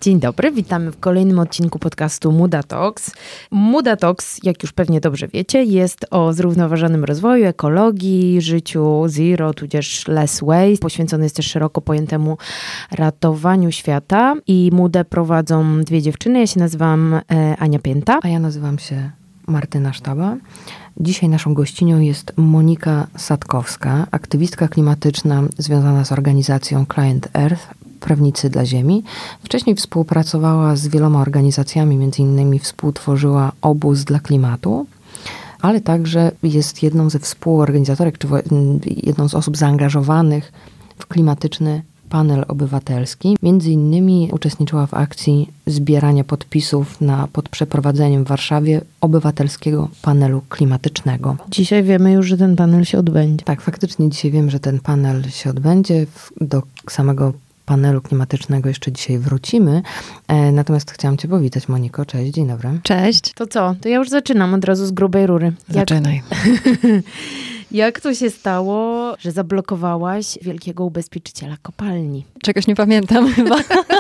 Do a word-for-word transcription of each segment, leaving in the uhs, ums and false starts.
Dzień dobry, witamy w kolejnym odcinku podcastu Muda Talks. Muda Talks, jak już pewnie dobrze wiecie, jest o zrównoważonym rozwoju, ekologii, życiu zero, tudzież less waste. Poświęcony jest też szeroko pojętemu ratowaniu świata i Mudę prowadzą dwie dziewczyny. Ja się nazywam Ania Pięta. A ja nazywam się Martyna Sztaba. Dzisiaj naszą gościnią jest Monika Sadkowska, aktywistka klimatyczna związana z organizacją Client Earth, Prawnicy dla Ziemi. Wcześniej współpracowała z wieloma organizacjami, między innymi współtworzyła Obóz dla Klimatu, ale także jest jedną ze współorganizatorek, czy jedną z osób zaangażowanych w klimatyczny panel obywatelski. Między innymi uczestniczyła w akcji zbierania podpisów na, pod przeprowadzeniem w Warszawie obywatelskiego panelu klimatycznego. Dzisiaj wiemy już, że ten panel się odbędzie. Tak, faktycznie dzisiaj wiemy, że ten panel się odbędzie. Do samego panelu klimatycznego jeszcze dzisiaj wrócimy. E, natomiast chciałam cię powitać, Moniko. Cześć, dzień dobry. Cześć. To co? To ja już zaczynam od razu z grubej rury. Zaczynaj. Jak... Jak to się stało, że zablokowałaś wielkiego ubezpieczyciela kopalni? Czegoś nie pamiętam chyba.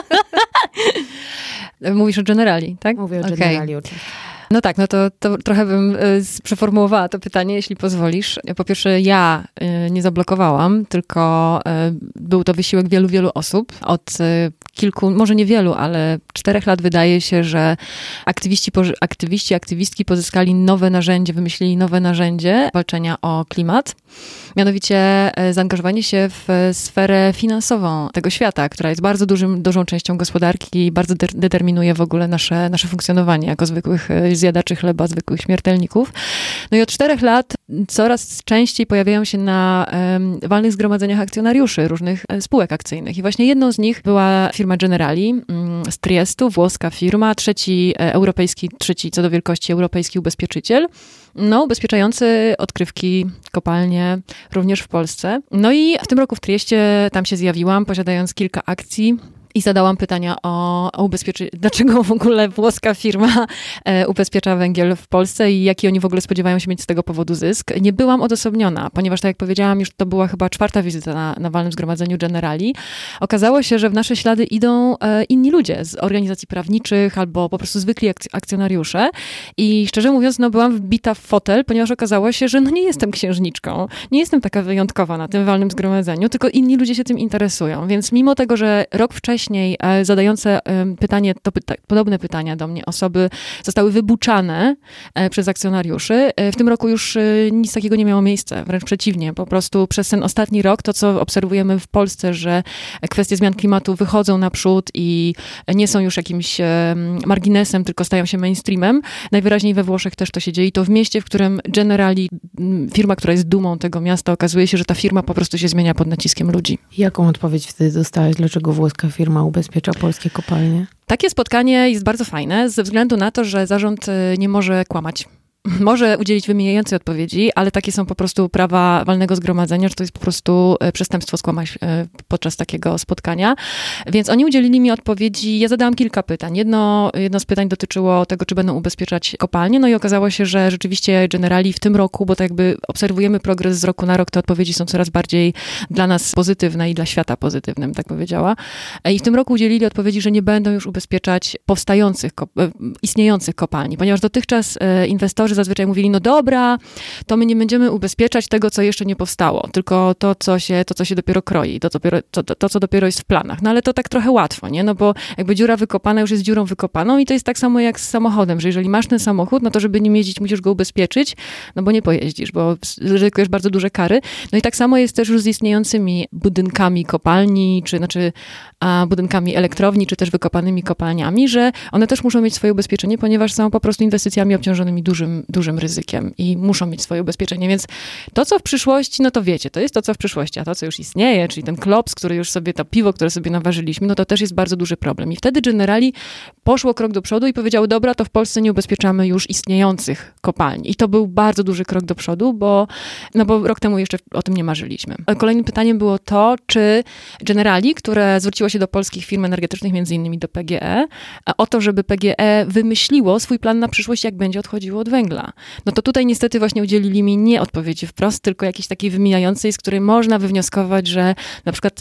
Mówisz o Generali, tak? Mówię o okay. Generali oczywiście. No tak, no to, to trochę bym y, przeformułowała to pytanie, jeśli pozwolisz. Po pierwsze, ja y, nie zablokowałam, tylko y, był to wysiłek wielu, wielu osób. Od y, kilku, może niewielu, ale czterech lat wydaje się, że aktywiści, aktywiści, aktywistki pozyskali nowe narzędzie, wymyślili nowe narzędzie walczenia o klimat. Mianowicie y, zaangażowanie się w sferę finansową tego świata, która jest bardzo dużym, dużą częścią gospodarki i bardzo de- determinuje w ogóle nasze, nasze funkcjonowanie jako zwykłych y, zjadaczy chleba, zwykłych śmiertelników. No i od czterech lat coraz częściej pojawiają się na um, walnych zgromadzeniach akcjonariuszy różnych spółek akcyjnych. I właśnie jedną z nich była firma Generali um, z Triestu, włoska firma, trzeci europejski, trzeci co do wielkości europejski ubezpieczyciel, no ubezpieczający odkrywki, kopalnie, również w Polsce. No i w tym roku w Trieście tam się zjawiłam, posiadając kilka akcji. I zadałam pytania o, o ubezpieczenie, dlaczego w ogóle włoska firma e, ubezpiecza węgiel w Polsce i jaki oni w ogóle spodziewają się mieć z tego powodu zysk. Nie byłam odosobniona, ponieważ tak jak powiedziałam, już to była chyba czwarta wizyta na, na walnym zgromadzeniu Generali. Okazało się, że w nasze ślady idą e, inni ludzie z organizacji prawniczych albo po prostu zwykli akc- akcjonariusze i szczerze mówiąc, no byłam wbita w fotel, ponieważ okazało się, że no nie jestem księżniczką, nie jestem taka wyjątkowa na tym walnym zgromadzeniu, tylko inni ludzie się tym interesują, więc mimo tego, że rok wcześniej Wcześniej zadające pytanie, to pyta, podobne pytania do mnie osoby zostały wybuczane przez akcjonariuszy. W tym roku już nic takiego nie miało miejsca, wręcz przeciwnie. Po prostu przez ten ostatni rok, to co obserwujemy w Polsce, że kwestie zmian klimatu wychodzą naprzód i nie są już jakimś marginesem, tylko stają się mainstreamem. Najwyraźniej we Włoszech też to się dzieje. I to w mieście, w którym Generali, firma, która jest dumą tego miasta, okazuje się, że ta firma po prostu się zmienia pod naciskiem ludzi. Jaką odpowiedź wtedy dostałaś? Dlaczego włoska firma Firma ubezpiecza polskie kopalnie? Takie spotkanie jest bardzo fajne ze względu na to, że zarząd nie może kłamać. Może udzielić wymijającej odpowiedzi, ale takie są po prostu prawa walnego zgromadzenia, że to jest po prostu przestępstwo skłamać podczas takiego spotkania. Więc oni udzielili mi odpowiedzi. Ja zadałam kilka pytań. Jedno, jedno z pytań dotyczyło tego, czy będą ubezpieczać kopalnie. No i okazało się, że rzeczywiście Generali w tym roku, bo tak jakby obserwujemy progres z roku na rok, te odpowiedzi są coraz bardziej dla nas pozytywne i dla świata pozytywnym, tak powiedziała. I w tym roku udzielili odpowiedzi, że nie będą już ubezpieczać powstających, istniejących kopalni, ponieważ dotychczas inwestorzy zazwyczaj mówili, no dobra, to my nie będziemy ubezpieczać tego, co jeszcze nie powstało, tylko to, co się, to, co się dopiero kroi, to, dopiero, to, to, co dopiero jest w planach. No ale to tak trochę łatwo, nie? No bo jakby dziura wykopana już jest dziurą wykopaną i to jest tak samo jak z samochodem, że jeżeli masz ten samochód, no to żeby nim jeździć, musisz go ubezpieczyć, no bo nie pojeździsz, bo ryzykujesz bardzo duże kary. No i tak samo jest też już z istniejącymi budynkami kopalni, czy znaczy a, budynkami elektrowni, czy też wykopanymi kopalniami, że one też muszą mieć swoje ubezpieczenie, ponieważ są po prostu inwestycjami obciążonymi dużym, dużym ryzykiem i muszą mieć swoje ubezpieczenie, więc to, co w przyszłości, no to wiecie, to jest to, co w przyszłości, a to, co już istnieje, czyli ten klops, który już sobie, to piwo, które sobie naważyliśmy, no to też jest bardzo duży problem. I wtedy Generali poszło krok do przodu i powiedziało, dobra, to w Polsce nie ubezpieczamy już istniejących kopalni. I to był bardzo duży krok do przodu, bo, no bo rok temu jeszcze o tym nie marzyliśmy. Kolejnym pytaniem było to, czy Generali, które zwróciło się do polskich firm energetycznych, między innymi do P G E, o to, żeby P G E wymyśliło swój plan na przyszłość, jak będzie odchodziło od węgla. No to tutaj niestety właśnie udzielili mi nie odpowiedzi wprost, tylko jakiejś takiej wymijającej, z której można wywnioskować, że na przykład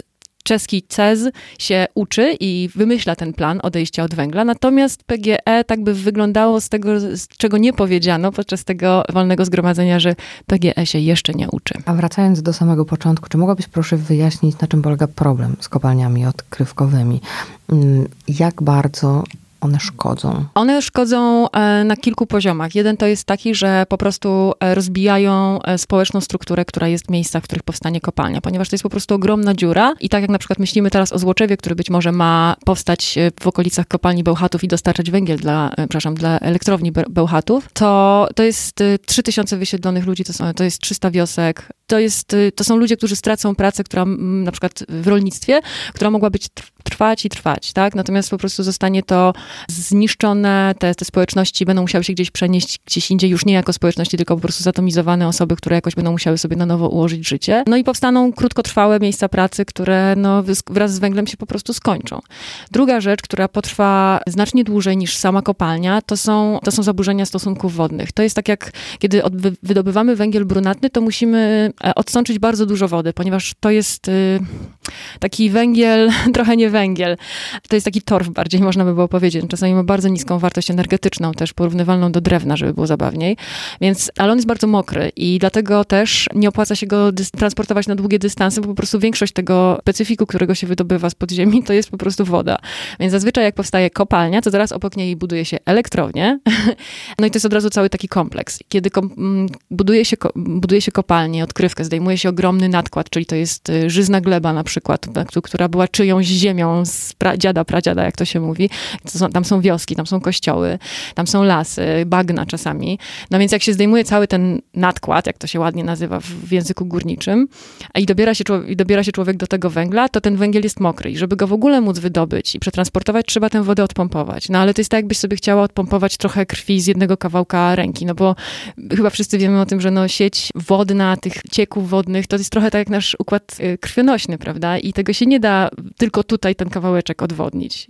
czeski C E Z się uczy i wymyśla ten plan odejścia od węgla, natomiast P G E tak by wyglądało z tego, z czego nie powiedziano podczas tego wolnego zgromadzenia, że P G E się jeszcze nie uczy. A wracając do samego początku, czy mogłabyś proszę wyjaśnić, na czym polega problem z kopalniami odkrywkowymi? Jak bardzo one szkodzą? One szkodzą na kilku poziomach. Jeden to jest taki, że po prostu rozbijają społeczną strukturę, która jest w miejscach, w których powstanie kopalnia, ponieważ to jest po prostu ogromna dziura i tak jak na przykład myślimy teraz o Złoczewie, który być może ma powstać w okolicach kopalni Bełchatów i dostarczać węgiel dla, przepraszam, dla elektrowni Bełchatów, to, to jest trzy tysiące wysiedlonych ludzi, to, są, to jest trzysta wiosek, to, jest, to są ludzie, którzy stracą pracę, która na przykład w rolnictwie, która mogła być trwać i trwać, tak? Natomiast po prostu zostanie to zniszczone, te, te społeczności będą musiały się gdzieś przenieść gdzieś indziej, już nie jako społeczności, tylko po prostu zatomizowane osoby, które jakoś będą musiały sobie na nowo ułożyć życie. No i powstaną krótkotrwałe miejsca pracy, które no, wraz z węglem się po prostu skończą. Druga rzecz, która potrwa znacznie dłużej niż sama kopalnia, to są, to są zaburzenia stosunków wodnych. To jest tak jak, kiedy od, wydobywamy węgiel brunatny, to musimy odsączyć bardzo dużo wody, ponieważ to jest y, taki węgiel, trochę nie węgiel, to jest taki torf bardziej, można by było powiedzieć. Czasami ma bardzo niską wartość energetyczną, też porównywalną do drewna, żeby było zabawniej. Więc, ale on jest bardzo mokry i dlatego też nie opłaca się go dys- transportować na długie dystanse, bo po prostu większość tego specyfiku, którego się wydobywa z podziemi, to jest po prostu woda. Więc zazwyczaj jak powstaje kopalnia, to zaraz obok niej buduje się elektrownię. No i to jest od razu cały taki kompleks. Kiedy kom- buduje się, ko- buduje się kopalnię, odkrywkę, zdejmuje się ogromny nadkład, czyli to jest żyzna gleba na przykład, która była czyjąś ziemią z pra- dziada, pradziada, jak to się mówi. Są, tam są wioski, tam są kościoły, tam są lasy, bagna czasami. No więc jak się zdejmuje cały ten nadkład, jak to się ładnie nazywa w, w języku górniczym, i dobiera, się człowiek, i dobiera się człowiek do tego węgla, to ten węgiel jest mokry. I żeby go w ogóle móc wydobyć i przetransportować, trzeba tę wodę odpompować. No ale to jest tak, jakbyś sobie chciała odpompować trochę krwi z jednego kawałka ręki, no bo chyba wszyscy wiemy o tym, że no sieć wodna, tych cieków wodnych, to jest trochę tak jak nasz układ krwionośny, prawda? I tego się nie da tylko tutaj ten kawałeczek odwodnić.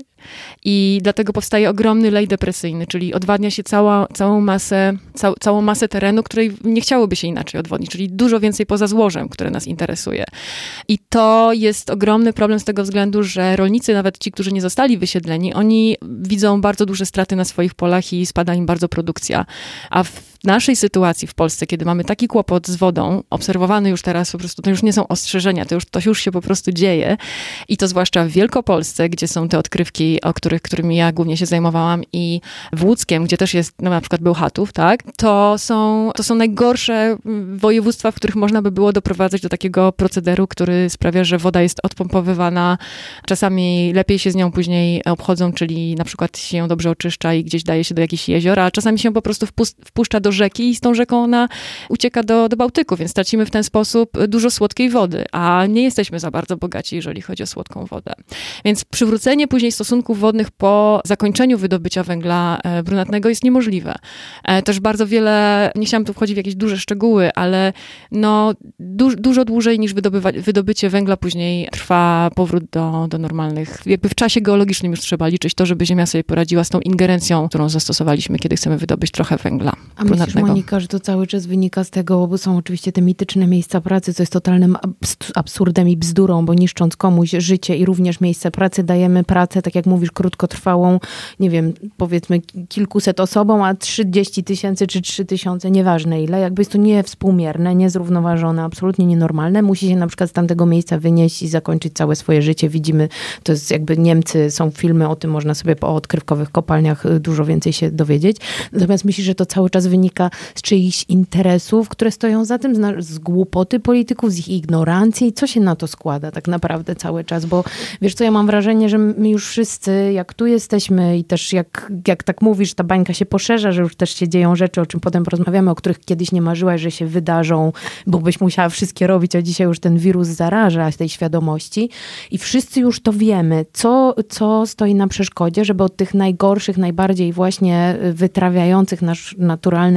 I dlatego powstaje ogromny lej depresyjny, czyli odwadnia się cała, całą, masę, cał, całą masę terenu, której nie chciałoby się inaczej odwodnić, czyli dużo więcej poza złożem, które nas interesuje. I to jest ogromny problem z tego względu, że rolnicy, nawet ci, którzy nie zostali wysiedleni, oni widzą bardzo duże straty na swoich polach i spada im bardzo produkcja. A w naszej sytuacji w Polsce, kiedy mamy taki kłopot z wodą, obserwowany już teraz po prostu, to już nie są ostrzeżenia, to już, to już się po prostu dzieje. I to zwłaszcza w Wielkopolsce, gdzie są te odkrywki, o których, którymi ja głównie się zajmowałam, i w Łódzkiem, gdzie też jest no, na przykład Bełchatów, tak? To są, to są najgorsze województwa, w których można by było doprowadzać do takiego procederu, który sprawia, że woda jest odpompowywana. Czasami lepiej się z nią później obchodzą, czyli na przykład się ją dobrze oczyszcza i gdzieś daje się do jakichś jezior, a czasami się po prostu wpuszcza do rzeki i z tą rzeką ona ucieka do, do Bałtyku, więc tracimy w ten sposób dużo słodkiej wody, a nie jesteśmy za bardzo bogaci, jeżeli chodzi o słodką wodę. Więc przywrócenie później stosunków wodnych po zakończeniu wydobycia węgla brunatnego jest niemożliwe. Też bardzo wiele, nie chciałam tu wchodzić w jakieś duże szczegóły, ale no du, dużo dłużej niż wydobywa, wydobycie węgla później trwa powrót do, do normalnych, jakby w czasie geologicznym już trzeba liczyć to, żeby Ziemia sobie poradziła z tą ingerencją, którą zastosowaliśmy, kiedy chcemy wydobyć trochę węgla. A myślisz, Monika, że to cały czas wynika z tego, bo są oczywiście te mityczne miejsca pracy, co jest totalnym absurdem i bzdurą, bo niszcząc komuś życie i również miejsce pracy, dajemy pracę, tak jak mówisz, krótkotrwałą, nie wiem, powiedzmy kilkuset osobom, a trzydzieści tysięcy czy trzy tysiące, nieważne ile, jakby jest to niewspółmierne, niezrównoważone, absolutnie nienormalne. Musi się na przykład z tamtego miejsca wynieść i zakończyć całe swoje życie. Widzimy, to jest jakby Niemcy, są filmy o tym, można sobie o odkrywkowych kopalniach dużo więcej się dowiedzieć. Natomiast myślę, że to cały czas wynika z czyichś interesów, które stoją za tym, z, z głupoty polityków, z ich ignorancji. Co się na to składa tak naprawdę cały czas? Bo wiesz co, ja mam wrażenie, że my już wszyscy, jak tu jesteśmy i też jak, jak tak mówisz, ta bańka się poszerza, że już też się dzieją rzeczy, o czym potem porozmawiamy, o których kiedyś nie marzyłaś, że się wydarzą, bo byś musiała wszystkie robić, a dzisiaj już ten wirus zaraża tej świadomości. I wszyscy już to wiemy. Co, co stoi na przeszkodzie, żeby od tych najgorszych, najbardziej właśnie wytrawiających nasz naturalny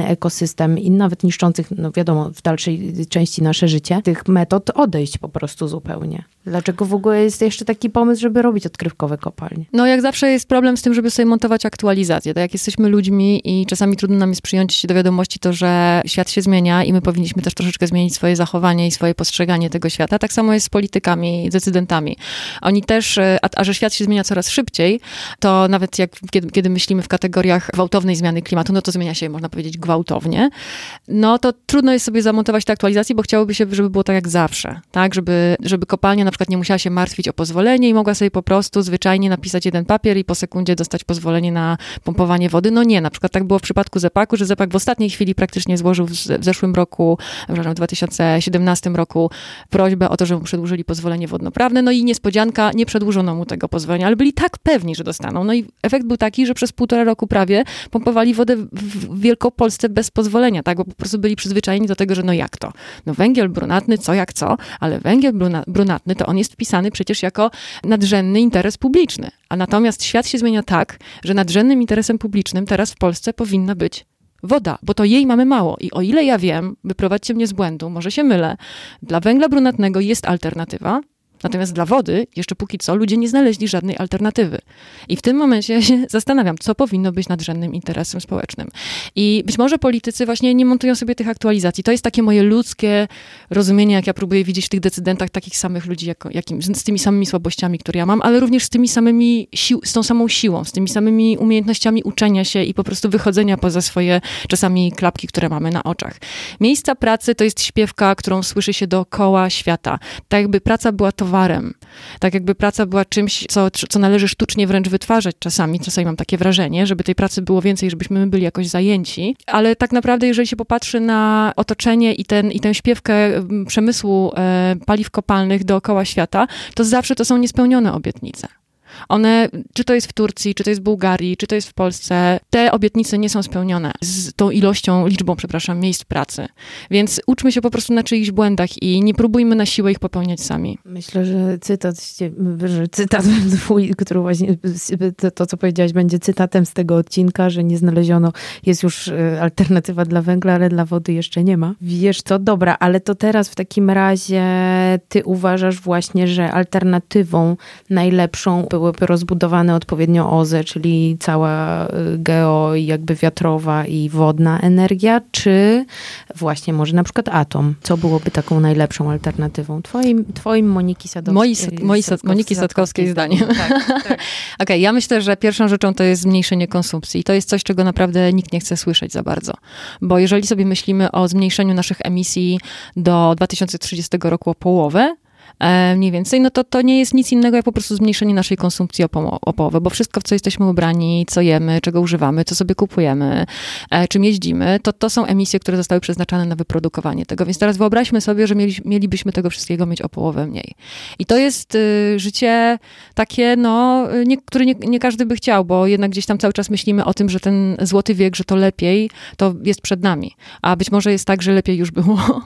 naturalny ekosystem i nawet niszczących, no wiadomo, w dalszej części nasze życie, tych metod odejść po prostu zupełnie. Dlaczego w ogóle jest jeszcze taki pomysł, żeby robić odkrywkowe kopalnie? No jak zawsze jest problem z tym, żeby sobie montować aktualizację. Tak jak jesteśmy ludźmi i czasami trudno nam jest przyjąć do wiadomości to, że świat się zmienia i my powinniśmy też troszeczkę zmienić swoje zachowanie i swoje postrzeganie tego świata. Tak samo jest z politykami, decydentami. Oni też, a, a że świat się zmienia coraz szybciej, to nawet jak kiedy, kiedy myślimy w kategoriach gwałtownej zmiany klimatu, no to zmienia się, można powiedzieć, gwałtownie. No to trudno jest sobie zamontować te aktualizacje, bo chciałoby się, żeby było tak jak zawsze. Tak, żeby, żeby kopalnia na przykład nie musiała się martwić o pozwolenie i mogła sobie po prostu zwyczajnie napisać jeden papier i po sekundzie dostać pozwolenie na pompowanie wody. No nie, na przykład tak było w przypadku Zepaku, że Zepak w ostatniej chwili praktycznie złożył w, w zeszłym roku, przepraszam, w dwa tysiące siedemnastym roku prośbę o to, żeby mu przedłużyli pozwolenie wodnoprawne. No i niespodzianka, nie przedłużono mu tego pozwolenia, ale byli tak pewni, że dostaną. No i efekt był taki, że przez półtora roku prawie pompowali wodę w Wielkopolsce bez pozwolenia, tak, bo po prostu byli przyzwyczajeni do tego, że no jak to? No węgiel brunatny, co jak co, ale węgiel brunatny to on jest wpisany przecież jako nadrzędny interes publiczny. A natomiast świat się zmienia tak, że nadrzędnym interesem publicznym teraz w Polsce powinna być woda, bo to jej mamy mało. I o ile ja wiem, wyprowadźcie mnie z błędu, może się mylę, dla węgla brunatnego jest alternatywa, natomiast dla wody, jeszcze póki co, ludzie nie znaleźli żadnej alternatywy. I w tym momencie się zastanawiam, co powinno być nadrzędnym interesem społecznym. I być może politycy właśnie nie montują sobie tych aktualizacji. To jest takie moje ludzkie rozumienie, jak ja próbuję widzieć w tych decydentach takich samych ludzi, jako, jakim, z tymi samymi słabościami, które ja mam, ale również z tymi samymi, sił, z tą samą siłą, z tymi samymi umiejętnościami uczenia się i po prostu wychodzenia poza swoje czasami klapki, które mamy na oczach. Miejsca pracy to jest śpiewka, którą słyszy się dookoła świata. Tak jakby praca była to towarem. Tak jakby praca była czymś, co, co należy sztucznie wręcz wytwarzać czasami. Czasami mam takie wrażenie, żeby tej pracy było więcej, żebyśmy my byli jakoś zajęci. Ale tak naprawdę, jeżeli się popatrzy na otoczenie i, ten, i tę śpiewkę przemysłu e, paliw kopalnych dookoła świata, to zawsze to są niespełnione obietnice. One, czy to jest w Turcji, czy to jest w Bułgarii, czy to jest w Polsce, te obietnice nie są spełnione z tą ilością, liczbą, przepraszam, miejsc pracy. Więc uczmy się po prostu na czyichś błędach i nie próbujmy na siłę ich popełniać sami. Myślę, że cytat, że cytat twój, który właśnie, to, to co powiedziałaś, będzie cytatem z tego odcinka, że nie znaleziono, jest już alternatywa dla węgla, ale dla wody jeszcze nie ma. Wiesz co, dobra, ale to teraz w takim razie ty uważasz właśnie, że alternatywą najlepszą byłyby rozbudowane odpowiednio O Z E, czyli cała geo, jakby wiatrowa i wodna energia, czy właśnie może na przykład atom? Co byłoby taką najlepszą alternatywą? Twoim, twoim Moniki Sadowskiej. Moi, moi Sad, Moniki Sadkowskiej zdaniem. Tak, tak. Okej, okay, ja myślę, że pierwszą rzeczą to jest zmniejszenie konsumpcji. I to jest coś, czego naprawdę nikt nie chce słyszeć za bardzo. Bo jeżeli sobie myślimy o zmniejszeniu naszych emisji do dwa tysiące trzydziestego roku o połowę, mniej więcej, no to to nie jest nic innego jak po prostu zmniejszenie naszej konsumpcji o, pomo- o połowę, bo wszystko, w co jesteśmy ubrani, co jemy, czego używamy, co sobie kupujemy, e, czym jeździmy, to to są emisje, które zostały przeznaczane na wyprodukowanie tego. Więc teraz wyobraźmy sobie, że mieli, mielibyśmy tego wszystkiego mieć o połowę mniej. I to jest y, życie takie, no, nie, które nie, nie każdy by chciał, bo jednak gdzieś tam cały czas myślimy o tym, że ten złoty wiek, że to lepiej, to jest przed nami. A być może jest tak, że lepiej już było.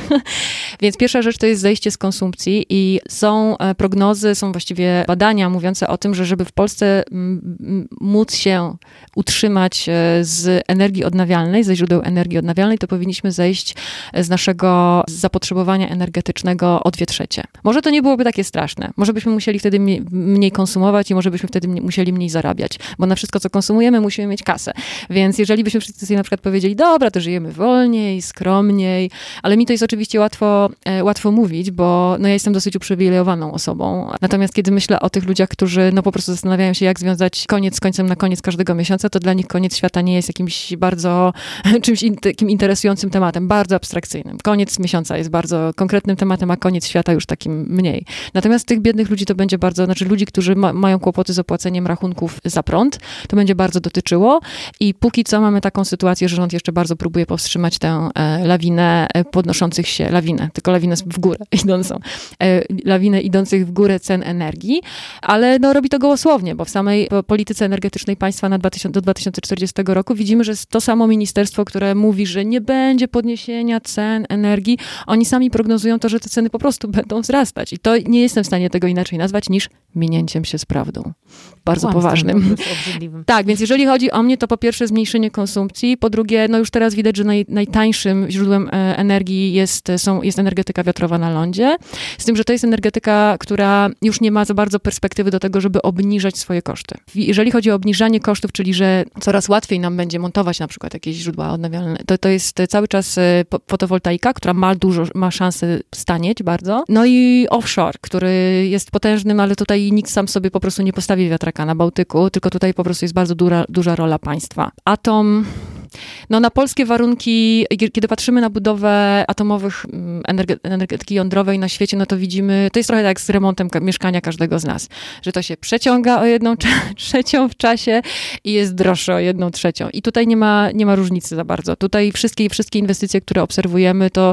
Więc pierwsza rzecz to jest zejście z konsumpcji i są prognozy, są właściwie badania mówiące o tym, że żeby w Polsce móc się utrzymać z energii odnawialnej, ze źródeł energii odnawialnej, to powinniśmy zejść z naszego zapotrzebowania energetycznego o dwie trzecie. Może to nie byłoby takie straszne. Może byśmy musieli wtedy mniej konsumować i może byśmy wtedy musieli mniej zarabiać, bo na wszystko, co konsumujemy, musimy mieć kasę. Więc jeżeli byśmy wszyscy sobie na przykład powiedzieli, dobra, to żyjemy wolniej, skromniej, ale mi to jest oczywiście łatwo, łatwo mówić, bo no ja jestem dosyć uprzywilejowaną osobą. Natomiast kiedy myślę o tych ludziach, którzy no po prostu zastanawiają się, jak związać koniec z końcem na koniec każdego miesiąca, to dla nich koniec świata nie jest jakimś bardzo, czymś in, takim interesującym tematem, bardzo abstrakcyjnym. Koniec miesiąca jest bardzo konkretnym tematem, a koniec świata już takim mniej. Natomiast tych biednych ludzi to będzie bardzo, znaczy ludzi, którzy ma, mają kłopoty z opłaceniem rachunków za prąd, to będzie bardzo dotyczyło i póki co mamy taką sytuację, że rząd jeszcze bardzo próbuje powstrzymać tę e, lawinę podnoszących się, lawinę, tylko lawinę w górę idącą, lawinę idących w górę cen energii, ale no, robi to gołosłownie, bo w samej polityce energetycznej państwa na dwa tysiące, do dwa tysiące czterdziestego roku widzimy, że to samo ministerstwo, które mówi, że nie będzie podniesienia cen energii, oni sami prognozują to, że te ceny po prostu będą wzrastać. I to nie jestem w stanie tego inaczej nazwać niż minięciem się z prawdą. Bardzo Kłamstwem poważnym. obrzydliwym. Tak, więc jeżeli chodzi o mnie, to po pierwsze zmniejszenie konsumpcji, po drugie, no już teraz widać, że naj, najtańszym źródłem energii jest, są, jest energetyka wiatrowa na lądzie, z tym, że to jest energetyka, która już nie ma za bardzo perspektywy do tego, żeby obniżać swoje koszty. Jeżeli chodzi o obniżanie kosztów, czyli że coraz łatwiej nam będzie montować na przykład jakieś źródła odnawialne, to, to jest cały czas fotowoltaika, która ma dużo, ma szansę stanieć bardzo. No i offshore, który jest potężnym, ale tutaj nikt sam sobie po prostu nie postawi wiatraka na Bałtyku, tylko tutaj po prostu jest bardzo duża, duża rola państwa. Atom... No na polskie warunki, kiedy patrzymy na budowę atomowych energetyki jądrowej na świecie, no to widzimy, to jest trochę tak jak z remontem mieszkania każdego z nas, że to się przeciąga o jedną trzecią w czasie i jest droższe o jedną trzecią. I tutaj nie ma, nie ma różnicy za bardzo. Tutaj wszystkie, wszystkie inwestycje, które obserwujemy, to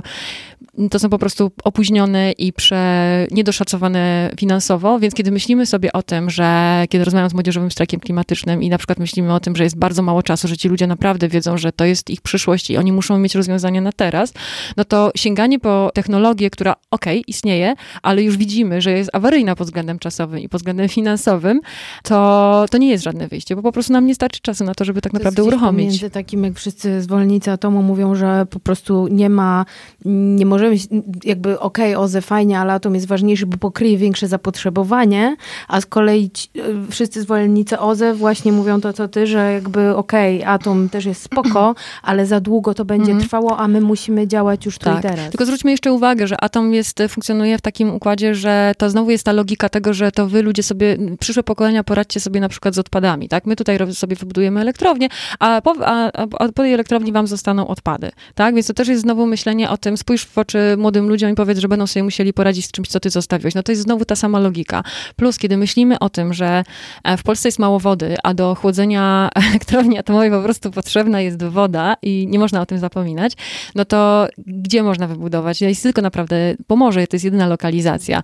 to są po prostu opóźnione i prze, niedoszacowane finansowo, więc kiedy myślimy sobie o tym, że kiedy rozmawiam z młodzieżowym strajkiem klimatycznym i na przykład myślimy o tym, że jest bardzo mało czasu, że ci ludzie naprawdę wiedzą, że to jest ich przyszłość i oni muszą mieć rozwiązania na teraz, no to sięganie po technologię, która okej, okay, istnieje, ale już widzimy, że jest awaryjna pod względem czasowym i pod względem finansowym, to, to nie jest żadne wyjście, bo po prostu nam nie starczy czasu na to, żeby tak to naprawdę uruchomić. Między takim, jak wszyscy zwolennicy atomu mówią, że po prostu nie ma, nie możemy jakby okej, okay, O Z E fajnie, ale atom jest ważniejszy, bo pokryje większe zapotrzebowanie, a z kolei ci, wszyscy zwolennicy O Z E właśnie mówią to, co ty, że jakby okej, okay, atom też jest spoko, ale za długo to będzie mm. trwało, a my musimy działać już tu tak. i teraz. Tylko zwróćmy jeszcze uwagę, że atom jest, funkcjonuje w takim układzie, że to znowu jest ta logika tego, że to wy ludzie sobie, przyszłe pokolenia poradźcie sobie na przykład z odpadami, tak? My tutaj sobie wybudujemy elektrownię, a po, a, a po tej elektrowni wam zostaną odpady, tak? Więc to też jest znowu myślenie o tym, spójrz w oczy młodym ludziom i powiedz, że będą sobie musieli poradzić z czymś, co ty zostawiłeś. No to jest znowu ta sama logika. Plus, kiedy myślimy o tym, że w Polsce jest mało wody, a do chłodzenia elektrowni atomowej po prostu potrzebna jest woda i nie można o tym zapominać, no to gdzie można wybudować? Jest tylko naprawdę Pomorze, to jest jedyna lokalizacja.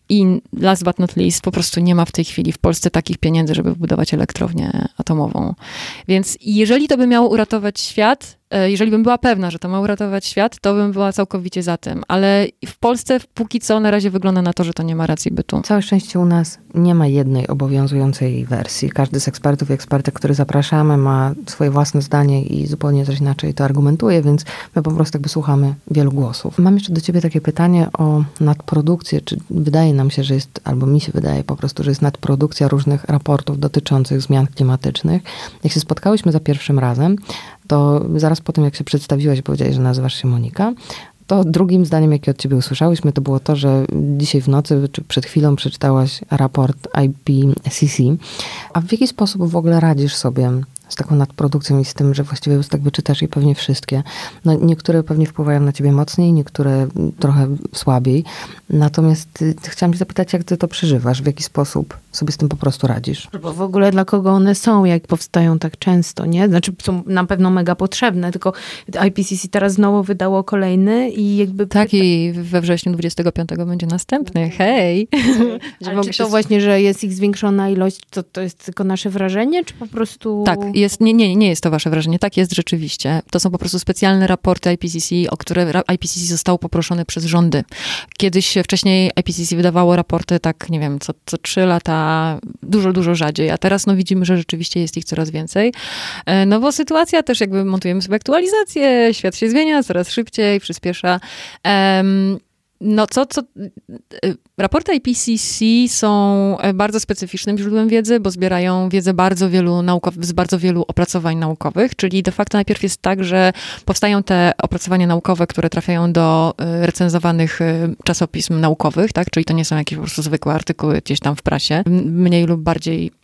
I last but not least, po prostu nie ma w tej chwili w Polsce takich pieniędzy, żeby wybudować elektrownię atomową. Więc jeżeli to by miało uratować świat, jeżeli bym była pewna, że to ma uratować świat, to bym była całkowicie za tym. Ale w Polsce póki co na razie wygląda na to, że to nie ma racji bytu. Całe szczęście u nas nie ma jednej obowiązującej wersji. Każdy z ekspertów i ekspertek, który zapraszamy, ma swoje własne zdanie i zupełnie coś inaczej to argumentuje, więc my po prostu jakby słuchamy wielu głosów. Mam jeszcze do ciebie takie pytanie o nadprodukcję. Czy wydaje nam się, że jest, albo mi się wydaje po prostu, że jest nadprodukcja różnych raportów dotyczących zmian klimatycznych. Jak się spotkałyśmy za pierwszym razem, to zaraz po tym, jak się przedstawiłaś, powiedziałaś, że nazywasz się Monika, to drugim zdaniem, jakie od ciebie usłyszałyśmy, to było to, że dzisiaj w nocy, czy przed chwilą przeczytałaś raport I P C C. A w jaki sposób w ogóle radzisz sobie z taką nadprodukcją i z tym, że właściwie już tak wyczytasz i pewnie wszystkie. No, niektóre pewnie wpływają na ciebie mocniej, niektóre trochę słabiej. Natomiast ty, chciałam cię zapytać, jak ty to przeżywasz? W jaki sposób sobie z tym po prostu radzisz? Bo w ogóle dla kogo one są, jak powstają tak często, nie? Znaczy są na pewno mega potrzebne, tylko I P C C teraz znowu wydało kolejny i jakby... Tak, i we wrześniu dwudziestego piątego będzie następny. Hej! Ale czy to się... właśnie, że jest ich zwiększona ilość, to, to jest tylko nasze wrażenie, czy po prostu... Tak, jest, nie, nie, nie jest to wasze wrażenie. Tak jest rzeczywiście. To są po prostu specjalne raporty I P C C, o które I P C C zostało poproszone przez rządy. Kiedyś wcześniej I P C C wydawało raporty tak, nie wiem, co, co trzy lata, dużo, dużo rzadziej, a teraz no widzimy, że rzeczywiście jest ich coraz więcej. No bo sytuacja też jakby montujemy sobie aktualizację, świat się zmienia coraz szybciej, przyspiesza. Um, No co, co, raporty I P C C są bardzo specyficznym źródłem wiedzy, bo zbierają wiedzę bardzo wielu naukow- z bardzo wielu opracowań naukowych, czyli de facto najpierw jest tak, że powstają te opracowania naukowe, które trafiają do recenzowanych czasopism naukowych, tak, czyli to nie są jakieś po prostu zwykłe artykuły gdzieś tam w prasie, mniej lub bardziej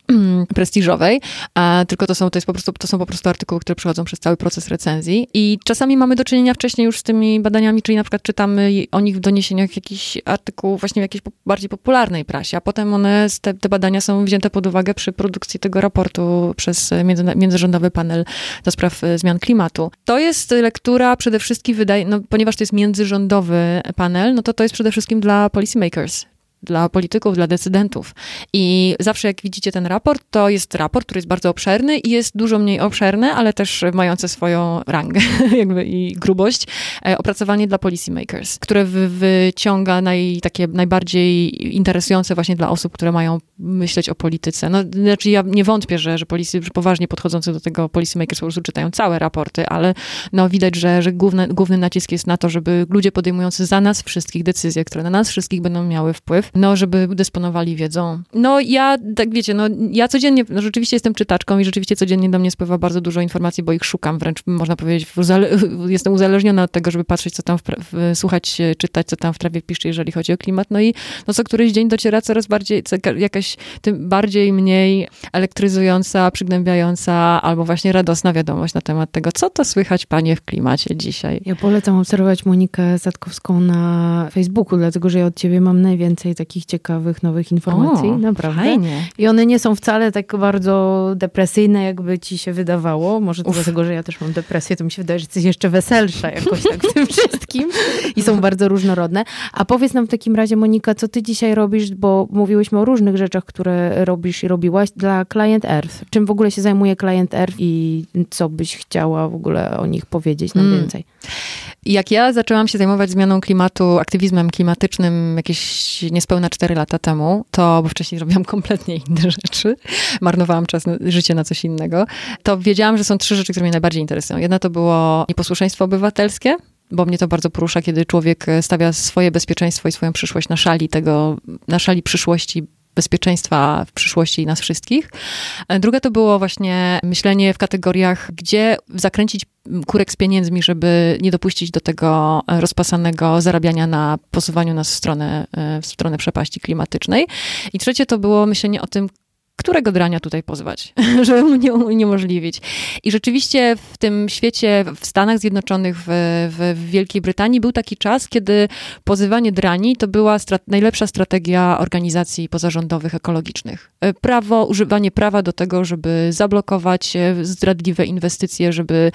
prestiżowej, a tylko to są, to jest po prostu, to są po prostu artykuły, które przechodzą przez cały proces recenzji i czasami mamy do czynienia wcześniej już z tymi badaniami, czyli na przykład czytamy o nich w doniesieniach jakichś artykułów właśnie w jakiejś bardziej popularnej prasie, a potem one, te, te badania są wzięte pod uwagę przy produkcji tego raportu przez między, międzyrządowy panel do spraw zmian klimatu. To jest lektura przede wszystkim, wydaje, no, ponieważ to jest międzyrządowy panel, no to to jest przede wszystkim dla policymakers, dla polityków, dla decydentów. I zawsze jak widzicie ten raport, to jest raport, który jest bardzo obszerny i jest dużo mniej obszerny, ale też mające swoją rangę jakby i grubość, opracowanie dla policymakers, które wy, wyciąga naj, takie najbardziej interesujące właśnie dla osób, które mają myśleć o polityce. No, znaczy ja nie wątpię, że, że, policy, że poważnie podchodzący do tego policymakers po prostu czytają całe raporty, ale no widać, że, że główny, główny nacisk jest na to, żeby ludzie podejmujący za nas wszystkich decyzje, które na nas wszystkich będą miały wpływ, no, żeby dysponowali wiedzą. No, ja, tak wiecie, no, ja codziennie, no, rzeczywiście jestem czytaczką i rzeczywiście codziennie do mnie spływa bardzo dużo informacji, bo ich szukam, wręcz można powiedzieć, uzale- jestem uzależniona od tego, żeby patrzeć, co tam, w pra- w, słuchać, czytać, co tam w trawie pisze, jeżeli chodzi o klimat. No i no, co któryś dzień dociera coraz bardziej, co, jakaś tym bardziej, mniej elektryzująca, przygnębiająca, albo właśnie radosna wiadomość na temat tego, co to słychać, panie, w klimacie dzisiaj. Ja polecam obserwować Monikę Satkowską na Facebooku, dlatego, że ja od ciebie mam najwięcej takich ciekawych, nowych informacji. O, naprawdę. Fajnie. I one nie są wcale tak bardzo depresyjne, jakby ci się wydawało. Może to dlatego, że ja też mam depresję, to mi się wydaje, że jesteś jeszcze weselsza jakoś tak w tym wszystkim. I są bardzo różnorodne. A powiedz nam w takim razie, Monika, co ty dzisiaj robisz, bo mówiłyśmy o różnych rzeczach, które robisz i robiłaś dla Client Earth. Czym w ogóle się zajmuje Client Earth i co byś chciała w ogóle o nich powiedzieć nam hmm. więcej? Jak ja zaczęłam się zajmować zmianą klimatu, aktywizmem klimatycznym jakieś niespełna cztery lata temu, to, bo wcześniej robiłam kompletnie inne rzeczy, marnowałam czas, na, życie na coś innego, to wiedziałam, że są trzy rzeczy, które mnie najbardziej interesują. Jedna to było nieposłuszeństwo obywatelskie, bo mnie to bardzo porusza, kiedy człowiek stawia swoje bezpieczeństwo i swoją przyszłość na szali tego, na szali przyszłości bezpieczeństwa w przyszłości nas wszystkich. Druga to było właśnie myślenie w kategoriach, gdzie zakręcić kurek z pieniędzmi, żeby nie dopuścić do tego rozpasanego zarabiania na posuwaniu nas w stronę, w stronę przepaści klimatycznej. I trzecie to było myślenie o tym, którego drania tutaj pozwać, żeby mu nie uniemożliwić. I rzeczywiście w tym świecie, w Stanach Zjednoczonych, w, w, w Wielkiej Brytanii był taki czas, kiedy pozywanie drani to była strat- najlepsza strategia organizacji pozarządowych ekologicznych. Prawo, używanie prawa do tego, żeby zablokować zdradliwe inwestycje, żeby,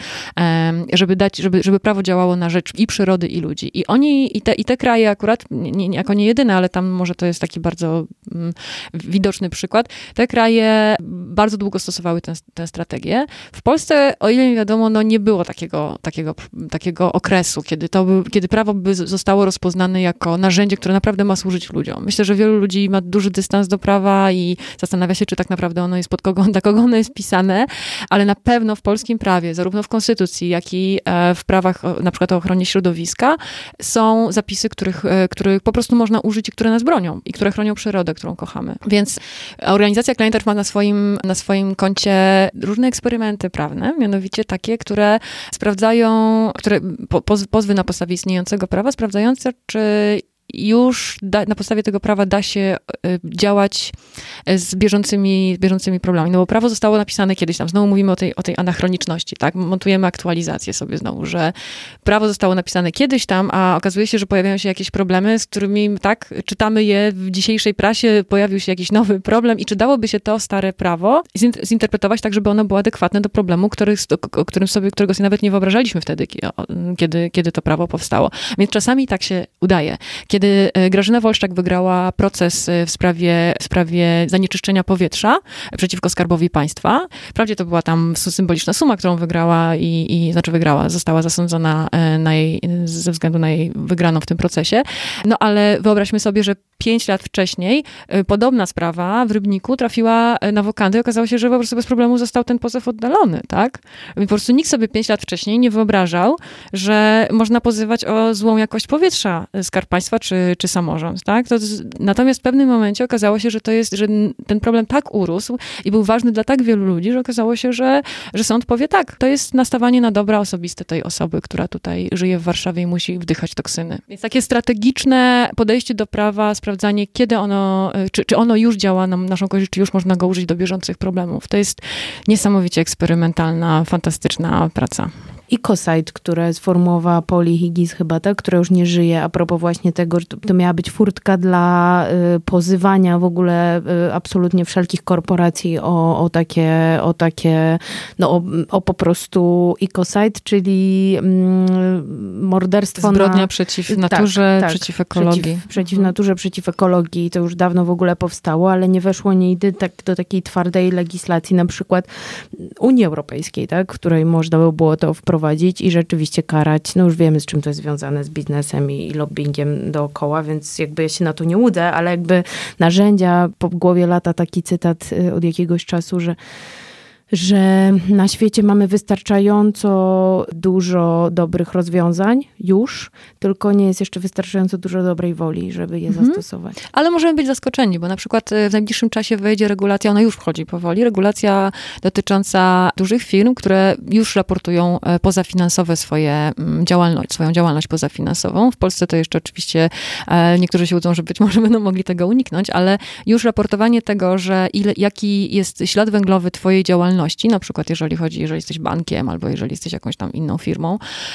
żeby dać, żeby, żeby prawo działało na rzecz i przyrody, i ludzi. I oni, i te, i te kraje akurat, nie, nie, jako nie jedyne, ale tam może to jest taki bardzo mm, widoczny przykład, te kraje bardzo długo stosowały tę, tę strategię. W Polsce, o ile mi wiadomo, no nie było takiego, takiego, takiego okresu, kiedy, to by, kiedy prawo by zostało rozpoznane jako narzędzie, które naprawdę ma służyć ludziom. Myślę, że wielu ludzi ma duży dystans do prawa i zastanawia się, czy tak naprawdę ono jest pod kogo, dla kogo ono jest pisane, ale na pewno w polskim prawie, zarówno w konstytucji, jak i w prawach na przykład o ochronie środowiska są zapisy, których, których po prostu można użyć i które nas bronią i które chronią przyrodę, którą kochamy. Więc organizacja Client Earth ma na swoim, na swoim koncie różne eksperymenty prawne, mianowicie takie, które sprawdzają, które po, pozwy na podstawie istniejącego prawa, sprawdzające, czy już da, na podstawie tego prawa da się y, działać z bieżącymi, bieżącymi problemami. No bo prawo zostało napisane kiedyś tam. Znowu mówimy o tej, o tej anachroniczności, tak? Montujemy aktualizację sobie znowu, że prawo zostało napisane kiedyś tam, a okazuje się, że pojawiają się jakieś problemy, z którymi, tak, czytamy je w dzisiejszej prasie, pojawił się jakiś nowy problem i czy dałoby się to stare prawo zinterpretować tak, żeby ono było adekwatne do problemu, który, o którym sobie, którego sobie nawet nie wyobrażaliśmy wtedy, kiedy, kiedy to prawo powstało. Więc czasami tak się udaje. Kiedy Kiedy Grażyna Wolszczak wygrała proces w sprawie, w sprawie zanieczyszczenia powietrza przeciwko Skarbowi Państwa, wprawdzie to była tam symboliczna suma, którą wygrała i, i znaczy wygrała, została zasądzona na jej, ze względu na jej wygraną w tym procesie, no ale wyobraźmy sobie, że pięć lat wcześniej podobna sprawa w Rybniku trafiła na wokandę i okazało się, że po prostu bez problemu został ten pozew oddalony, tak? Po prostu nikt sobie pięć lat wcześniej nie wyobrażał, że można pozywać o złą jakość powietrza Skarb Państwa czy, czy samorząd, tak? To, natomiast w pewnym momencie okazało się, że to jest, że ten problem tak urósł i był ważny dla tak wielu ludzi, że okazało się, że, że sąd powie tak, to jest nastawanie na dobra osobiste tej osoby, która tutaj żyje w Warszawie i musi wdychać toksyny. Więc takie strategiczne podejście do prawa sprawia, sprawdzanie, kiedy ono, czy, czy ono już działa na naszą korzyść, czy już można go użyć do bieżących problemów. To jest niesamowicie eksperymentalna, fantastyczna praca. Ecosite, które sformułowała Polly Higgins chyba, tak, która już nie żyje, a propos właśnie tego, że to, to miała być furtka dla y, pozywania w ogóle y, absolutnie wszelkich korporacji o, o takie, o takie, no o, o po prostu Ecosite, czyli mm, morderstwo Zbrodnia na... przeciw naturze, tak, tak, przeciw ekologii. Przeciw, przeciw naturze, przeciw ekologii. To już dawno w ogóle powstało, ale nie weszło nigdy tak, do takiej twardej legislacji, na przykład Unii Europejskiej, tak, w której można by było to wprowadzić i rzeczywiście karać. No już wiemy, z czym to jest związane, z biznesem i, i lobbyingiem dookoła, więc jakby ja się na to nie łudzę, ale jakby narzędzia, po głowie lata taki cytat od jakiegoś czasu, że że na świecie mamy wystarczająco dużo dobrych rozwiązań już, tylko nie jest jeszcze wystarczająco dużo dobrej woli, żeby je mhm. zastosować. Ale możemy być zaskoczeni, bo na przykład w najbliższym czasie wejdzie regulacja, ona już wchodzi powoli, regulacja dotycząca dużych firm, które już raportują pozafinansowe swoje działalność, swoją działalność pozafinansową. W Polsce to jeszcze oczywiście niektórzy się łudzą, że być może będą mogli tego uniknąć, ale już raportowanie tego, że ile, jaki jest ślad węglowy twojej działalności, na przykład jeżeli chodzi, jeżeli jesteś bankiem albo jeżeli jesteś jakąś tam inną firmą,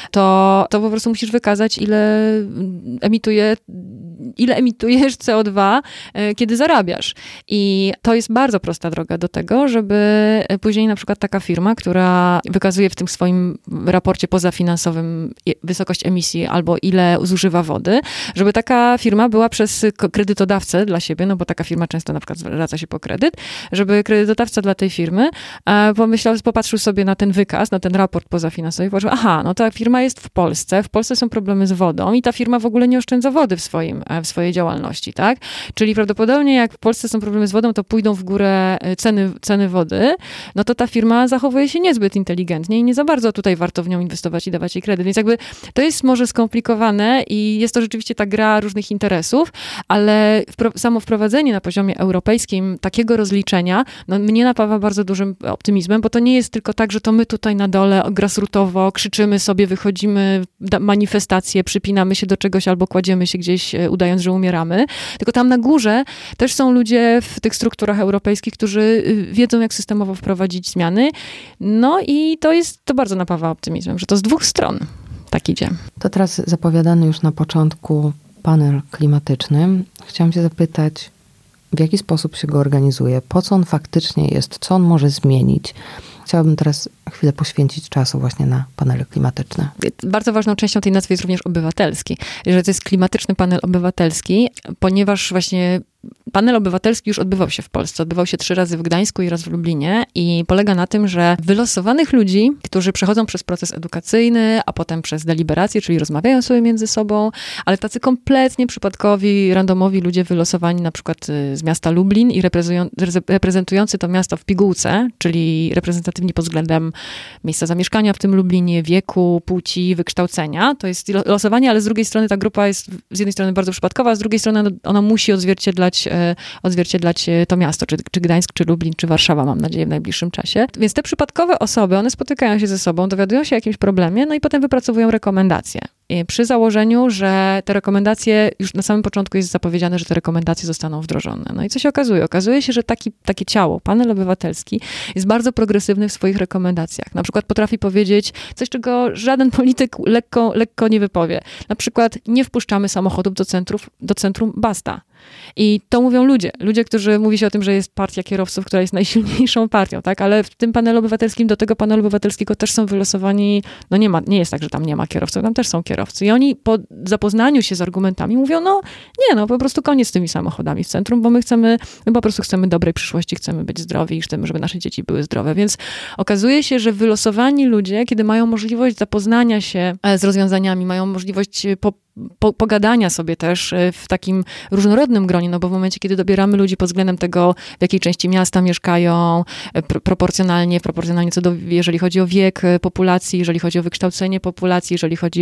to, to po prostu musisz wykazać, ile emituje, ile emitujesz C O dwa, kiedy zarabiasz. I to jest bardzo prosta droga do tego, żeby później na przykład taka firma, która wykazuje w tym swoim raporcie pozafinansowym wysokość emisji albo ile zużywa wody, żeby taka firma była przez kredytodawcę dla siebie, no bo taka firma często na przykład zwraca się po kredyt, żeby kredytodawca dla tej firmy pomyślał, popatrzył sobie na ten wykaz, na ten raport pozafinansowy i powiedział, aha, no ta firma jest w Polsce, w Polsce są problemy z wodą i ta firma w ogóle nie oszczędza wody w swoim, w swojej działalności, tak? Czyli prawdopodobnie jak w Polsce są problemy z wodą, to pójdą w górę ceny, ceny wody, no to ta firma zachowuje się niezbyt inteligentnie i nie za bardzo tutaj warto w nią inwestować i dawać jej kredyt. Więc jakby to jest może skomplikowane i jest to rzeczywiście ta gra różnych interesów, ale wpro- samo wprowadzenie na poziomie europejskim takiego rozliczenia, no mnie napawa bardzo dużym optymizmem, bo to nie jest tylko tak, że to my tutaj na dole grassrootowo krzyczymy sobie, wychodzimy, manifestacje, przypinamy się do czegoś albo kładziemy się gdzieś, udając, że umieramy. Tylko tam na górze też są ludzie w tych strukturach europejskich, którzy wiedzą, jak systemowo wprowadzić zmiany. No i to jest, to bardzo napawa optymizmem, że to z dwóch stron tak idzie. To teraz zapowiadany już na początku panel klimatyczny. Chciałam cię zapytać, w jaki sposób się go organizuje? Po co on faktycznie jest? Co on może zmienić? Chciałabym teraz chwilę poświęcić czasu właśnie na panele klimatyczne. Bardzo ważną częścią tej nazwy jest również obywatelski. Że to jest klimatyczny panel obywatelski, ponieważ właśnie panel obywatelski już odbywał się w Polsce. Odbywał się trzy razy w Gdańsku i raz w Lublinie i polega na tym, że wylosowanych ludzi, którzy przechodzą przez proces edukacyjny, a potem przez deliberację, czyli rozmawiają sobie między sobą, ale tacy kompletnie przypadkowi, randomowi ludzie wylosowani na przykład z miasta Lublin i reprezentujący to miasto w pigułce, czyli reprezentatywni pod względem miejsca zamieszkania w tym Lublinie, wieku, płci, wykształcenia. To jest losowanie, ale z drugiej strony ta grupa jest z jednej strony bardzo przypadkowa, a z drugiej strony ona musi odzwierciedlać odzwierciedlać to miasto, czy, czy Gdańsk, czy Lublin, czy Warszawa, mam nadzieję, w najbliższym czasie. Więc te przypadkowe osoby, one spotykają się ze sobą, dowiadują się o jakimś problemie, no i potem wypracowują rekomendacje. I przy założeniu, że te rekomendacje, już na samym początku jest zapowiedziane, że te rekomendacje zostaną wdrożone. No i co się okazuje? Okazuje się, że taki, takie ciało, panel obywatelski, jest bardzo progresywny w swoich rekomendacjach. Na przykład potrafi powiedzieć coś, czego żaden polityk lekko, lekko nie wypowie. Na przykład nie wpuszczamy samochodów do, centrów, do centrum, basta. I to mówią ludzie. Ludzie, którzy mówi się o tym, że jest partia kierowców, która jest najsilniejszą partią, tak? Ale w tym panelu obywatelskim, do tego panelu obywatelskiego też są wylosowani, no nie ma, nie jest tak, że tam nie ma kierowców, tam też są kierowcy. I oni po zapoznaniu się z argumentami mówią, no nie, no po prostu koniec z tymi samochodami w centrum, bo my chcemy, my po prostu chcemy dobrej przyszłości, chcemy być zdrowi i chcemy, żeby nasze dzieci były zdrowe. Więc okazuje się, że wylosowani ludzie, kiedy mają możliwość zapoznania się z rozwiązaniami, mają możliwość po Po, pogadania sobie też w takim różnorodnym gronie, no bo w momencie, kiedy dobieramy ludzi pod względem tego, w jakiej części miasta mieszkają, pr- proporcjonalnie, proporcjonalnie co do, jeżeli chodzi o wiek populacji, jeżeli chodzi o wykształcenie populacji, jeżeli chodzi o płeć,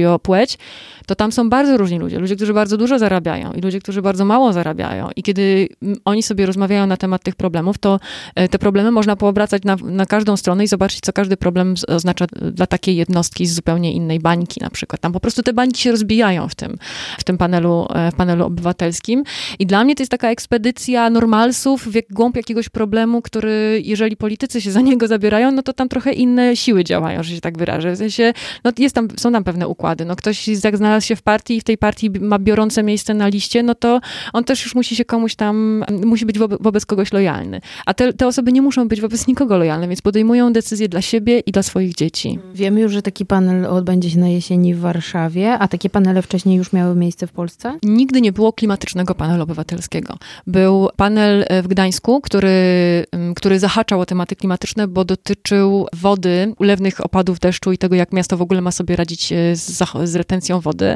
obejrzeć, to tam są bardzo różni ludzie. Ludzie, którzy bardzo dużo zarabiają i ludzie, którzy bardzo mało zarabiają. I kiedy oni sobie rozmawiają na temat tych problemów, to te problemy można poobracać na, na każdą stronę i zobaczyć, co każdy problem oznacza dla takiej jednostki z zupełnie innej bańki na przykład. Tam po prostu te bańki się rozbijają w tym, w tym panelu, w panelu obywatelskim. I dla mnie to jest taka ekspedycja normalsów w głąb jakiegoś problemu, który, jeżeli politycy się za niego zabierają, no to tam trochę inne siły działają, że się tak wyrażę. W sensie, no jest tam, są tam pewne układy. No ktoś jak znalazł się w partii i w tej partii ma biorące miejsce na liście, no to on też już musi się komuś tam, musi być wobec, wobec kogoś lojalny. A te, te osoby nie muszą być wobec nikogo lojalne, więc podejmują decyzje dla siebie i dla swoich dzieci. Wiemy już, że taki panel odbędzie się na jesieni w Warszawie, a takie panele wcześniej już miały miejsce w Polsce? Nigdy nie było klimatycznego panelu obywatelskiego. Był panel w Gdańsku, który, który zahaczał o tematy klimatyczne, bo dotyczył wody, ulewnych opadów deszczu i tego, jak miasto w ogóle ma sobie radzić z, z retencją wody.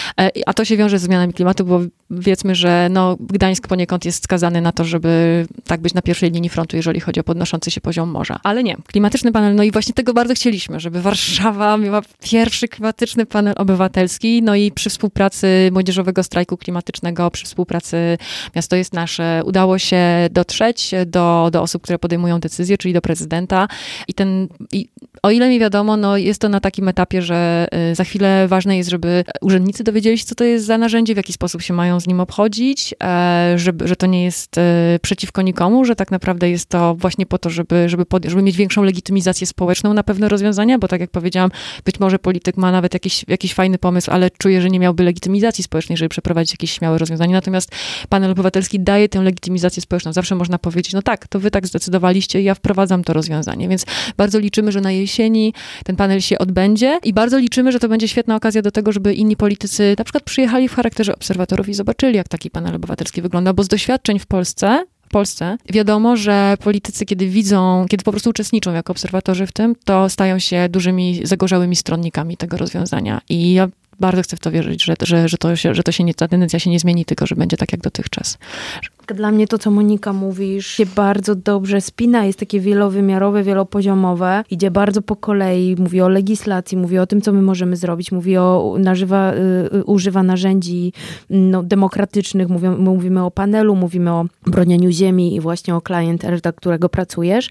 A to się wiąże z zmianami klimatu, bo wiedzmy, że no, Gdańsk poniekąd jest skazany na to, żeby tak być na pierwszej linii frontu, jeżeli chodzi o podnoszący się poziom morza. Ale nie, klimatyczny panel, no i właśnie tego bardzo chcieliśmy, żeby Warszawa miała pierwszy klimatyczny panel obywatelski, no i przy współpracy Młodzieżowego Strajku Klimatycznego, przy współpracy Miasto jest Nasze, udało się dotrzeć do, do osób, które podejmują decyzje, czyli do prezydenta i ten, i o ile mi wiadomo, no jest to na takim etapie, że za chwilę ważne jest, żeby urzędnicy dowiedzieli się, co to jest za narzędzie, w jaki sposób się mają z nim obchodzić, żeby, że to nie jest przeciwko nikomu, że tak naprawdę jest to właśnie po to, żeby, żeby, pod, żeby mieć większą legitymizację społeczną na pewne rozwiązania, bo tak jak powiedziałam, być może polityk ma nawet jakiś, jakiś fajny pomysł, ale czuje, że nie miałby legitymizacji społecznej, żeby przeprowadzić jakieś śmiałe rozwiązanie. Natomiast panel obywatelski daje tę legitymizację społeczną. Zawsze można powiedzieć, no tak, to wy tak zdecydowaliście i ja wprowadzam to rozwiązanie. Więc bardzo liczymy, że na jesieni ten panel się odbędzie i bardzo liczymy, że to będzie świetna okazja do tego, żeby inni politycy na przykład przyjechali w charakterze obserwatorów i zobaczyli, jak taki panel obywatelski wygląda, bo z doświadczeń w Polsce W Polsce wiadomo, że politycy, kiedy widzą, kiedy po prostu uczestniczą jako obserwatorzy w tym, to stają się dużymi, zagorzałymi stronnikami tego rozwiązania. I ja bardzo chcę w to wierzyć, że, że, że, to, się, że to się nie, ta tendencja się nie zmieni, tylko że będzie tak jak dotychczas. Dla mnie to, co Monika mówisz, się bardzo dobrze spina, jest takie wielowymiarowe, wielopoziomowe, idzie bardzo po kolei, mówi o legislacji, mówi o tym, co my możemy zrobić, mówi o, nażywa, y, używa narzędzi no, demokratycznych, mówi, mówimy o panelu, mówimy o bronieniu ziemi i właśnie o Client Earth, dla którego pracujesz.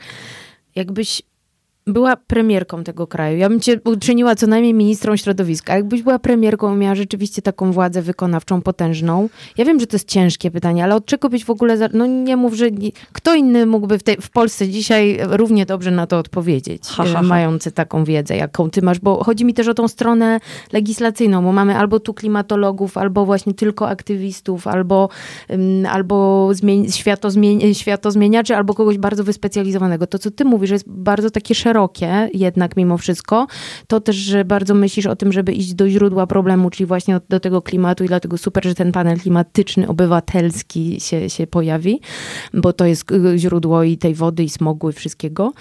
Jakbyś była premierką tego kraju, ja bym cię uczyniła co najmniej ministrą środowiska. Jakbyś była premierką, miała rzeczywiście taką władzę wykonawczą, potężną. Ja wiem, że to jest ciężkie pytanie, ale od czego byś w ogóle... Za... No nie mów, że... Nie... Kto inny mógłby w, tej, w Polsce dzisiaj równie dobrze na to odpowiedzieć, ha, ha, ha. mający taką wiedzę, jaką ty masz, bo chodzi mi też o tą stronę legislacyjną, bo mamy albo tu klimatologów, albo właśnie tylko aktywistów, albo, um, albo zmień... światozmień... światozmieniaczy, albo kogoś bardzo wyspecjalizowanego. To, co ty mówisz, jest bardzo takie szerokie jednak mimo wszystko, to też, że bardzo myślisz o tym, żeby iść do źródła problemu, czyli właśnie do tego klimatu i dlatego super, że ten panel klimatyczny, obywatelski się, się pojawi, bo to jest źródło i tej wody, i smogu, i wszystkiego.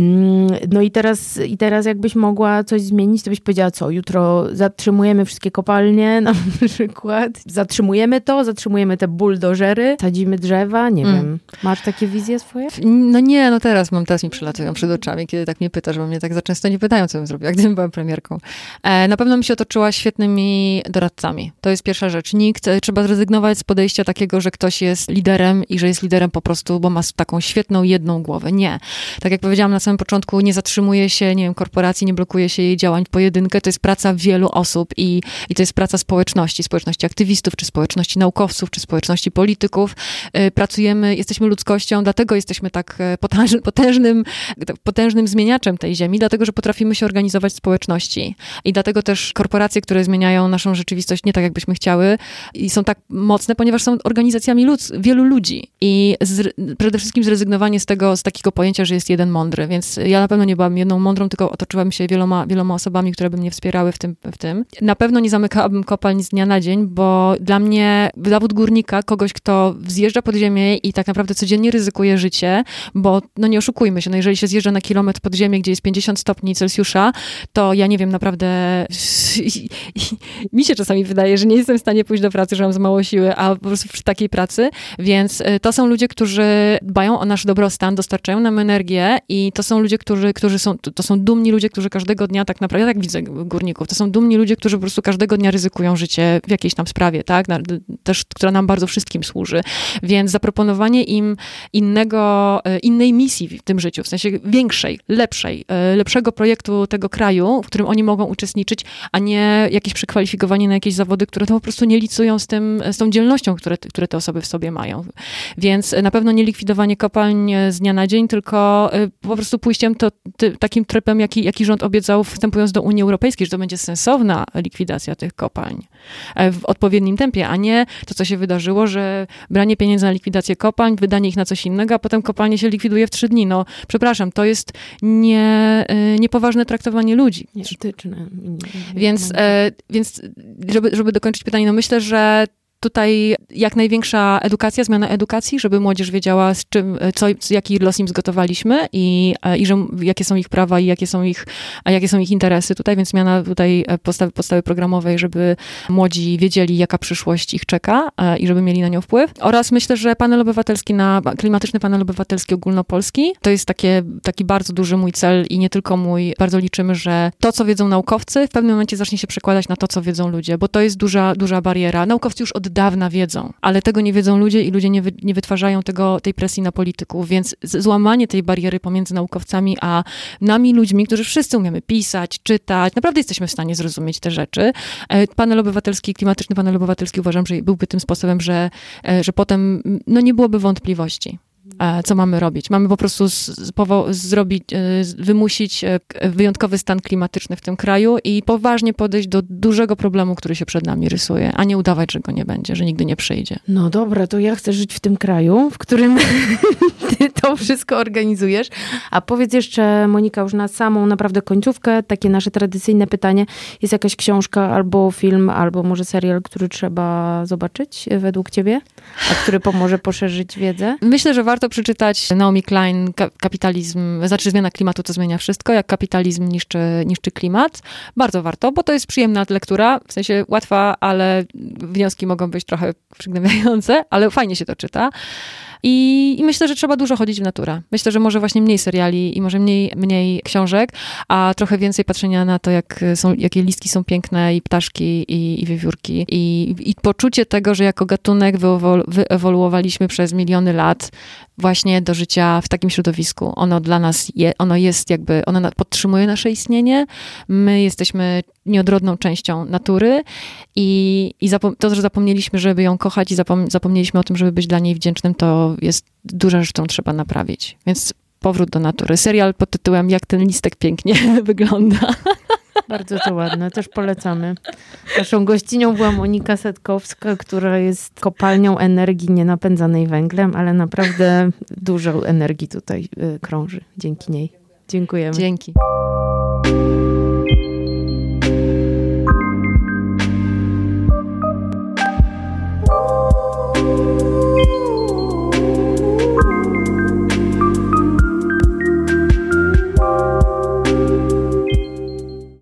No i teraz, i teraz jakbyś mogła coś zmienić, to byś powiedziała co? Jutro zatrzymujemy wszystkie kopalnie na przykład, zatrzymujemy to, zatrzymujemy te buldożery, sadzimy drzewa, nie mm. wiem. Masz takie wizje swoje? No nie, no teraz mam, teraz mi przylatują przed oczami, kiedy tak mnie pytasz, bo mnie tak za często nie pytają, co bym zrobiła, gdybym była premierką. E, na pewno bym się otoczyła świetnymi doradcami. To jest pierwsza rzecz. Nikt, trzeba zrezygnować z podejścia takiego, że ktoś jest liderem i że jest liderem po prostu, bo ma taką świetną, jedną głowę. Nie. Tak jak powiedziałam na samym początku, nie zatrzymuje się, nie wiem, korporacji, nie blokuje się jej działań w pojedynkę. To jest praca wielu osób i, i to jest praca społeczności, społeczności aktywistów, czy społeczności naukowców, czy społeczności polityków. E, pracujemy, jesteśmy ludzkością, dlatego jesteśmy tak potężnym, potężnym, potężnym zmieniaczem tej ziemi, dlatego, że potrafimy się organizować w społeczności. I dlatego też korporacje, które zmieniają naszą rzeczywistość nie tak, jakbyśmy chciały i są tak mocne, ponieważ są organizacjami ludz, wielu ludzi. I z, przede wszystkim zrezygnowanie z tego, z takiego pojęcia, że jest jeden mądry. Więc ja na pewno nie byłam jedną mądrą, tylko otoczyłam się wieloma, wieloma osobami, które by mnie wspierały w tym, w tym. Na pewno nie zamykałabym kopalń z dnia na dzień, bo dla mnie zawód górnika, kogoś, kto zjeżdża pod ziemię i tak naprawdę codziennie ryzykuje życie, bo no nie oszukujmy się, no jeżeli się zjeżdża na kilometr pod ziemię, podziemie, gdzie jest pięćdziesiąt stopni Celsjusza, to ja nie wiem, naprawdę mi się czasami wydaje, że nie jestem w stanie pójść do pracy, że mam za mało siły, a po prostu przy takiej pracy, więc to są ludzie, którzy dbają o nasz dobrostan, dostarczają nam energię i to są ludzie, którzy, którzy są, to są dumni ludzie, którzy każdego dnia tak naprawdę, ja tak widzę górników, to są dumni ludzie, którzy po prostu każdego dnia ryzykują życie w jakiejś tam sprawie, tak, też, która nam bardzo wszystkim służy, więc zaproponowanie im innego, innej misji w tym życiu, w sensie większej, lepszej, lepszego projektu tego kraju, w którym oni mogą uczestniczyć, a nie jakieś przekwalifikowanie na jakieś zawody, które to po prostu nie licują z tym, z tą dzielnością, które, które te osoby w sobie mają. Więc na pewno nie likwidowanie kopalń z dnia na dzień, tylko po prostu pójściem to, ty, takim trypem, jaki, jaki rząd obiecał wstępując do Unii Europejskiej, że to będzie sensowna likwidacja tych kopalń w odpowiednim tempie, a nie to, co się wydarzyło, że branie pieniędzy na likwidację kopalń, wydanie ich na coś innego, a potem kopalnie się likwiduje w trzy dni. No, przepraszam, to jest nie, niepoważne traktowanie ludzi. Nieetyczne. Więc, e, więc żeby, żeby dokończyć pytanie, no myślę, że tutaj jak największa edukacja, zmiana edukacji, żeby młodzież wiedziała, z czym, co, jaki los im zgotowaliśmy i, i że, jakie są ich prawa i jakie są ich, a jakie są ich interesy tutaj, więc zmiana tutaj podstawy, podstawy programowej, żeby młodzi wiedzieli, jaka przyszłość ich czeka i żeby mieli na nią wpływ. Oraz myślę, że panel obywatelski, na klimatyczny panel obywatelski ogólnopolski, to jest takie, taki bardzo duży mój cel i nie tylko mój. Bardzo liczymy, że to, co wiedzą naukowcy, w pewnym momencie zacznie się przekładać na to, co wiedzą ludzie, bo to jest duża, duża bariera. Naukowcy już od dawna wiedzą, ale tego nie wiedzą ludzie i ludzie nie, wy, nie wytwarzają tego, tej presji na polityków, więc złamanie tej bariery pomiędzy naukowcami a nami ludźmi, którzy wszyscy umiemy pisać, czytać, naprawdę jesteśmy w stanie zrozumieć te rzeczy. Panel obywatelski, klimatyczny panel obywatelski uważam, że byłby tym sposobem, że, że potem no nie byłoby wątpliwości. Co mamy robić? Mamy po prostu z, powo- zrobić, wymusić wyjątkowy stan klimatyczny w tym kraju i poważnie podejść do dużego problemu, który się przed nami rysuje, a nie udawać, że go nie będzie, że nigdy nie przyjdzie. No dobra, to ja chcę żyć w tym kraju, w którym ty to wszystko organizujesz. A powiedz jeszcze, Monika, już na samą naprawdę końcówkę, takie nasze tradycyjne pytanie. Jest jakaś książka albo film, albo może serial, który trzeba zobaczyć według ciebie, a który pomoże poszerzyć wiedzę? Myślę, że warto przeczytać Naomi Klein, Kapitalizm, znaczy Zmiana klimatu to zmienia wszystko, jak kapitalizm niszczy, niszczy klimat. Bardzo warto, bo to jest przyjemna lektura, w sensie łatwa, ale wnioski mogą być trochę przygnębiające, ale fajnie się to czyta. I, I myślę, że trzeba dużo chodzić w naturę. Myślę, że może właśnie mniej seriali i może mniej, mniej książek, a trochę więcej patrzenia na to, jak są, jakie listki są piękne i ptaszki i, i wiewiórki. I, I poczucie tego, że jako gatunek wyewolu- wyewoluowaliśmy przez miliony lat właśnie do życia w takim środowisku. Ono dla nas, je, ono jest jakby, ono podtrzymuje nasze istnienie. My jesteśmy nieodrodną częścią natury i, i zapom- to, że zapomnieliśmy, żeby ją kochać i zapom- zapomnieliśmy o tym, żeby być dla niej wdzięcznym, to jest duża rzecz, którą trzeba naprawić. Więc powrót do natury. Serial pod tytułem Jak ten listek pięknie wygląda. Bardzo to ładne, też polecamy. Naszą gościnią była Monika Satkowska, która jest kopalnią energii nienapędzanej węglem, ale naprawdę dużo energii tutaj krąży dzięki niej. Dziękujemy. Dzięki.